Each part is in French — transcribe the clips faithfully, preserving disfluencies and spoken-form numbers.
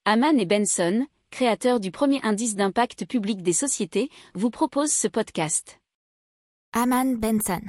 Hamann et Benson, créateurs du premier indice d'impact public des sociétés, vous proposent ce podcast. Hamann Benson.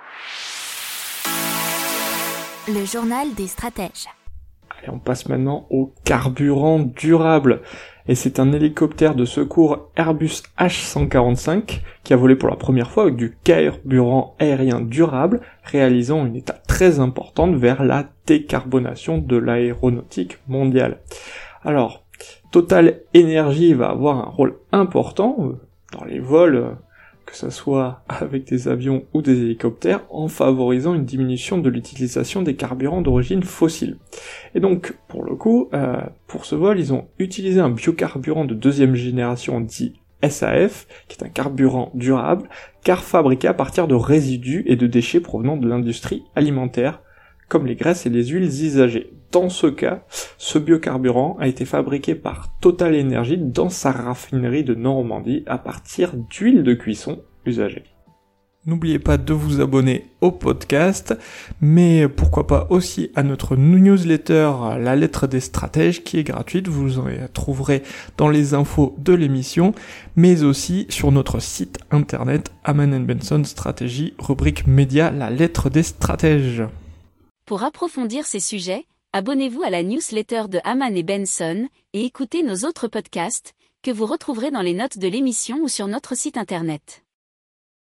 Le journal des stratèges. Allez, on passe maintenant au carburant durable. Et c'est un hélicoptère de secours Airbus H cent quarante-cinq qui a volé pour la première fois avec du carburant aérien durable, réalisant une étape très importante vers la décarbonation de l'aéronautique mondiale. Alors, Total Energy va avoir un rôle important dans les vols, que ce soit avec des avions ou des hélicoptères, en favorisant une diminution de l'utilisation des carburants d'origine fossile. Et donc, pour le coup, euh, pour ce vol, ils ont utilisé un biocarburant de deuxième génération dit S A F, qui est un carburant durable, car fabriqué à partir de résidus et de déchets provenant de l'industrie alimentaire, comme les graisses et les huiles usagées. Dans ce cas, ce biocarburant a été fabriqué par Total Energy dans sa raffinerie de Normandie à partir d'huile de cuisson usagée. N'oubliez pas de vous abonner au podcast, mais pourquoi pas aussi à notre newsletter La Lettre des Stratèges qui est gratuite, vous en trouverez dans les infos de l'émission, mais aussi sur notre site internet Hamann and Benson Stratégie, rubrique média La Lettre des Stratèges. Pour approfondir ces sujets, abonnez-vous à la newsletter de Hamann et Benson et écoutez nos autres podcasts que vous retrouverez dans les notes de l'émission ou sur notre site internet.